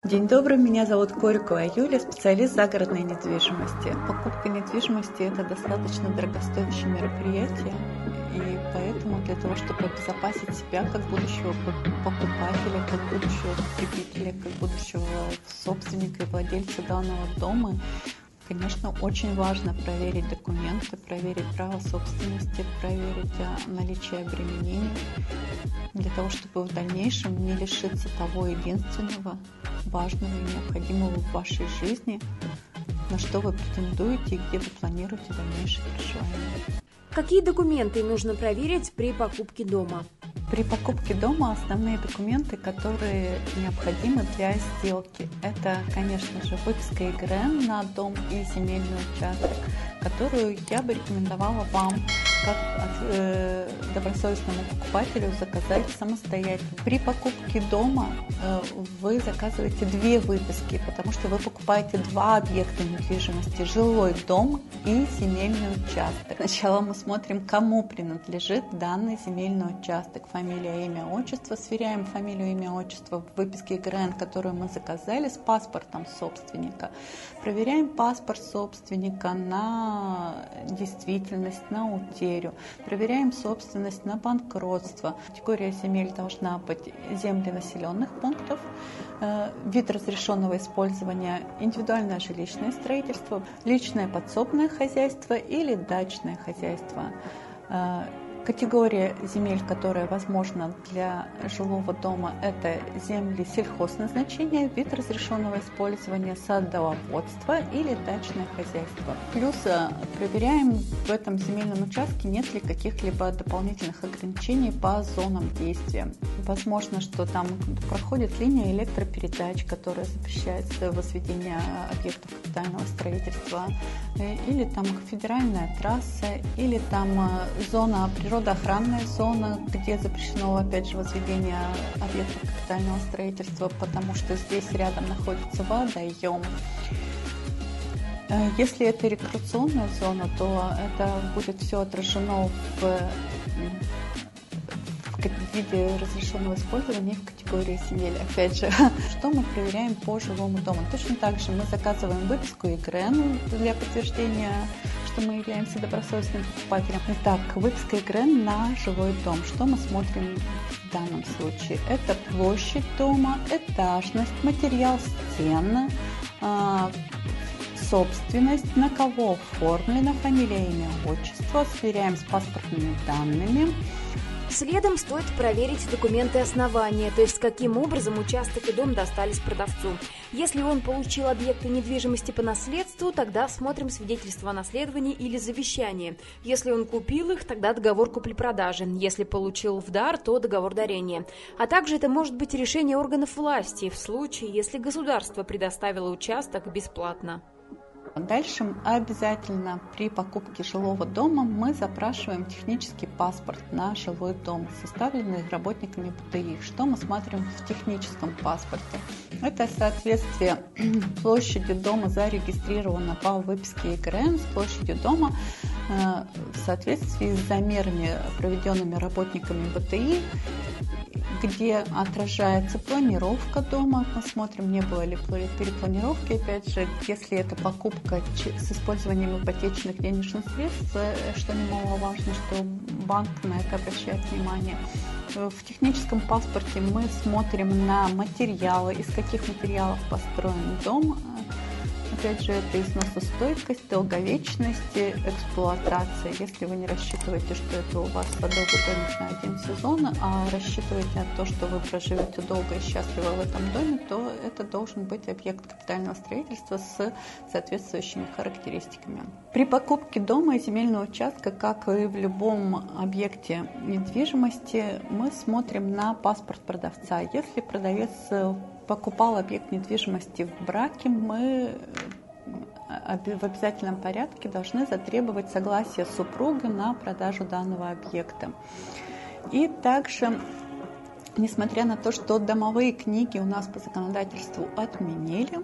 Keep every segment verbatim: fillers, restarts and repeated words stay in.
День добрый, меня зовут Корикова Юлия, специалист загородной недвижимости. Покупка недвижимости – это достаточно дорогостоящее мероприятие, и поэтому для того, чтобы обезопасить себя как будущего покупателя, как будущего потребителя, как будущего собственника и владельца данного дома, конечно, очень важно проверить документы, проверить право собственности, проверить наличие обременений, для того, чтобы в дальнейшем не лишиться того единственного, важного и необходимого в вашей жизни, на что вы претендуете и где вы планируете дальнейшее проживание. Какие документы нужно проверить при покупке дома? При покупке дома основные документы, которые необходимы для сделки, это, конечно же, выписка ЕГРН на дом и земельный участок, которую я бы рекомендовала вам как э, добросовестному покупателю заказать самостоятельно. При покупке дома э, вы заказываете две выписки, потому что вы покупаете два объекта недвижимости: жилой дом и земельный участок. Сначала мы смотрим, кому принадлежит данный земельный участок. Фамилия, имя, отчество. Сверяем фамилию, имя, отчество в выписке ЕГРН, которую мы заказали, с паспортом собственника. Проверяем паспорт собственника на действительность, на утерю. Проверяем собственность на банкротство. Категория земель должна быть земли населенных пунктов, вид разрешенного использования: индивидуальное жилищное строительство, личное подсобное хозяйство или дачное хозяйство. Категория земель, которая возможна для жилого дома, это земли сельхозназначения, вид разрешенного использования: садоводство или дачное хозяйство. Плюс проверяем в этом земельном участке, нет ли каких-либо дополнительных ограничений по зонам действия. Возможно, что там проходит линия электропередач, которая запрещает возведение объектов капитального строительства, или там федеральная трасса, или там зона природной природоохранная зона, где запрещено, опять же, возведение объектов капитального строительства, потому что здесь рядом находится водоем. Если это рекреационная зона, то это будет все отражено в, в виде разрешенного использования в категории земель. Опять же, что мы проверяем по жилому дому? Точно так же мы заказываем выписку ЕГРН для подтверждения, что мы являемся добросовестным покупателем. Итак, выписка ЕГРН на жилой дом. Что мы смотрим в данном случае? Это площадь дома, этажность, материал стен, собственность, на кого оформлена, фамилия, имя, отчество. Сверяем с паспортными данными. Следом стоит проверить документы основания, то есть каким образом участок и дом достались продавцу. Если он получил объекты недвижимости по наследству, тогда смотрим свидетельство о наследовании или завещание. Если он купил их, тогда договор купли-продажи. Если получил в дар, то договор дарения. А также это может быть решение органов власти в случае, если государство предоставило участок бесплатно. Дальше обязательно при покупке жилого дома мы запрашиваем технический паспорт на жилой дом, составленный работниками ПТИ. Что мы смотрим в техническом паспорте? Это соответствие площади дома зарегистрировано по выписке ЕГРН с площадью дома в соответствии с замерами, проведенными работниками БТИ, где отражается планировка дома. Посмотрим, не было ли перепланировки. Опять же, если это покупка с использованием ипотечных денежных средств, что немаловажно, что банк на это обращает внимание. В техническом паспорте мы смотрим на материалы, из каких материалов построен дом. Опять же, это износостойкость, долговечность, эксплуатация. Если вы не рассчитываете, что это у вас садовый домик на один сезон, а рассчитываете на то, что вы проживете долго и счастливо в этом доме, то это должен быть объект капитального строительства с соответствующими характеристиками. При покупке дома и земельного участка, как и в любом объекте недвижимости, мы смотрим на паспорт продавца. Если продавец покупал объект недвижимости в браке, мы в обязательном порядке должны затребовать согласие супруга на продажу данного объекта. И также, несмотря на то, что домовые книги у нас по законодательству отменили,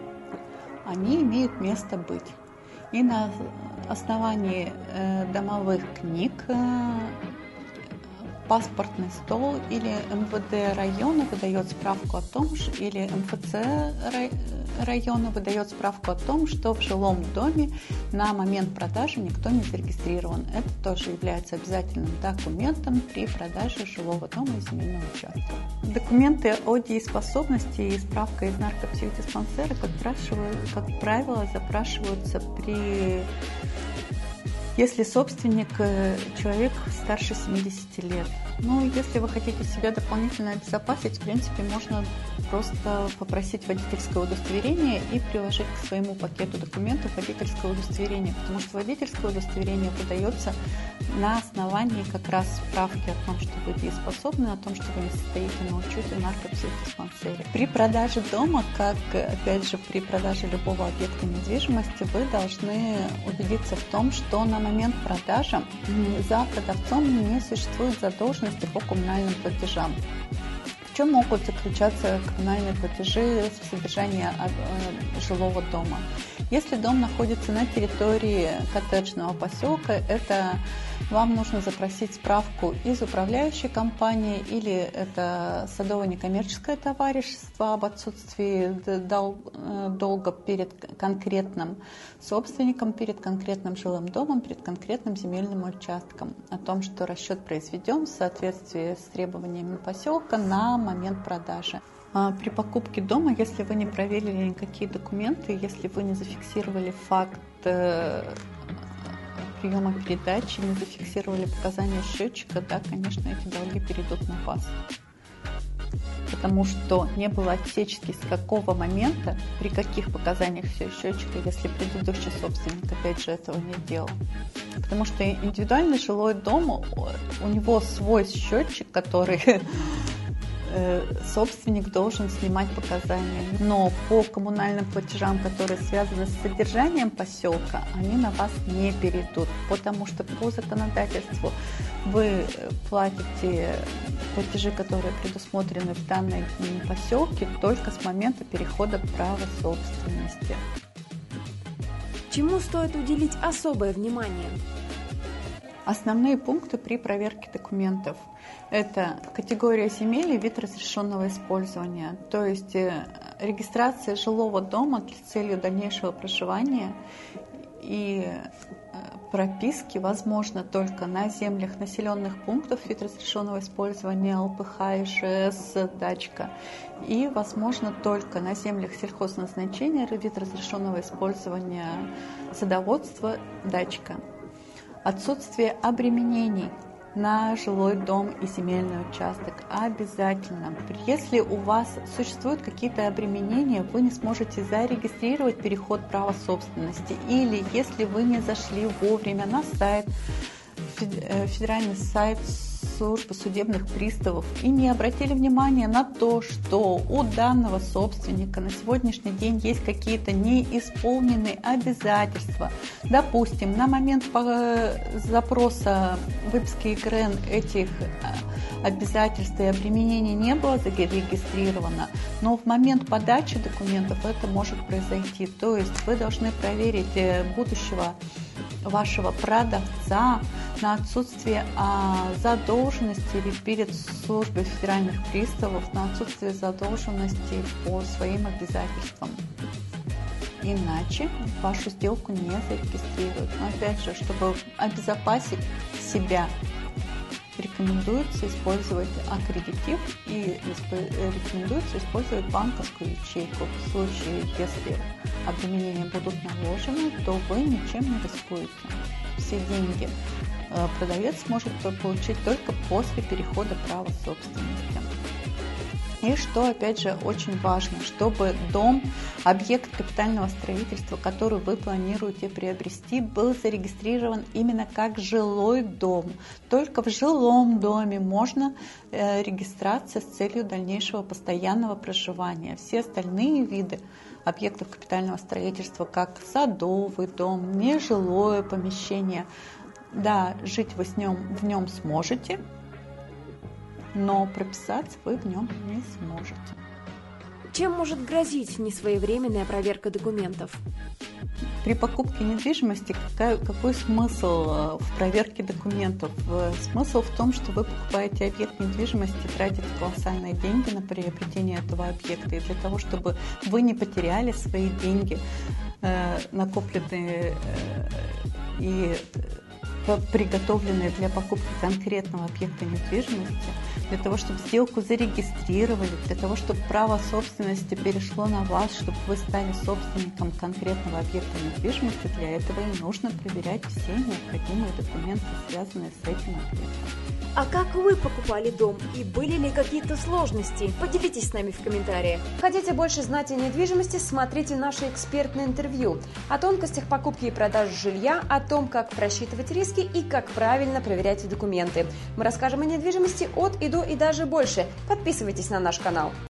они имеют место быть. И на основании домовых книг паспортный стол или эм вэ дэ района выдает справку о том, или эм эф цэ района выдает справку о том, что в жилом доме на момент продажи никто не зарегистрирован. Это тоже является обязательным документом при продаже жилого дома и земельного участка. Документы о дееспособности и справка из наркопсихдиспансера, как как правило, запрашиваются при если собственник человек старше семидесяти лет. Ну, если вы хотите себя дополнительно обезопасить, в принципе, можно просто попросить водительское удостоверение и приложить к своему пакету документов водительское удостоверение, потому что водительское удостоверение выдается на основании как раз справки о том, что вы дееспособны, о том, что вы не состоите на учете в наркопсихдиспансере. При продаже дома, как, опять же, при продаже любого объекта недвижимости, вы должны убедиться в том, что на момент продажи за продавцом не существует задолженности по коммунальным платежам. В чем могут заключаться коммунальные платежи в содержании жилого дома? Если дом находится на территории коттеджного поселка, это вам нужно запросить справку из управляющей компании или это садово-некоммерческое товарищество об отсутствии долга перед конкретным собственником, перед конкретным жилым домом, перед конкретным земельным участком, о том, что расчет произведен в соответствии с требованиями поселка на момент продажи. При покупке дома, если вы не проверили никакие документы, если вы не зафиксировали факт приема передачи, не зафиксировали показания счетчика, да, конечно, эти долги перейдут на вас. Потому что не было отсечки, с какого момента, при каких показаниях все счетчика, если предыдущий собственник, опять же, этого не делал. Потому что индивидуальный жилой дом, у него свой счетчик, который собственник должен снимать показания. Но по коммунальным платежам, которые связаны с содержанием поселка, они на вас не перейдут, потому что по законодательству вы платите платежи, которые предусмотрены в данном поселке, только с момента перехода права собственности. Чему стоит уделить особое внимание? Основные пункты при проверке документов. Это категория земель и вид разрешенного использования, то есть регистрация жилого дома для целью дальнейшего проживания и прописки возможно только на землях населенных пунктов, вид разрешенного использования эл пэ ха, и жэ эс, дачка, и возможно только на землях сельхозназначения, вид разрешенного использования садоводства, дачка. Отсутствие обременений на жилой дом и земельный участок обязательно. Если у вас существуют какие-то обременения, вы не сможете зарегистрировать переход права собственности, или если вы не зашли вовремя на сайт, федеральный сайт службы судебных приставов и не обратили внимания на то, что у данного собственника на сегодняшний день есть какие-то неисполненные обязательства. Допустим, на момент запроса выписки ИГРН этих обязательств и обременений не было зарегистрировано, но в момент подачи документов это может произойти. То есть вы должны проверить будущего вашего продавца на отсутствие а, задолженности перед службой федеральных приставов, на отсутствие задолженности по своим обязательствам. Иначе вашу сделку не зарегистрируют. Но опять же, чтобы обезопасить себя, рекомендуется использовать аккредитив и рекомендуется использовать банковскую ячейку. В случае, если обременения будут наложены, то вы ничем не рискуете. Все деньги продавец может получить только после перехода права собственности. И что, опять же, очень важно, чтобы дом, объект капитального строительства, который вы планируете приобрести, был зарегистрирован именно как жилой дом. Только в жилом доме можно э, регистрация с целью дальнейшего постоянного проживания. Все остальные виды объектов капитального строительства, как садовый дом, нежилое помещение, да, жить вы с нем, в нем сможете, но прописаться вы в нем не сможете. Чем может грозить несвоевременная проверка документов? При покупке недвижимости какой, какой смысл в проверке документов? Смысл в том, что вы покупаете объект недвижимости, тратите колоссальные деньги на приобретение этого объекта. И для того, чтобы вы не потеряли свои деньги, э, накопленные э, и приготовленные для покупки конкретного объекта недвижимости, для того, чтобы сделку зарегистрировали, для того, чтобы право собственности перешло на вас, чтобы вы стали собственником конкретного объекта недвижимости, для этого им нужно проверять все необходимые документы, связанные с этим объектом. А как вы покупали дом и были ли какие-то сложности? Поделитесь с нами в комментариях. Хотите больше знать о недвижимости? Смотрите наше экспертное интервью о тонкостях покупки и продажи жилья, о том, как просчитывать риски и как правильно проверять документы. Мы расскажем о недвижимости от и до и даже больше. Подписывайтесь на наш канал.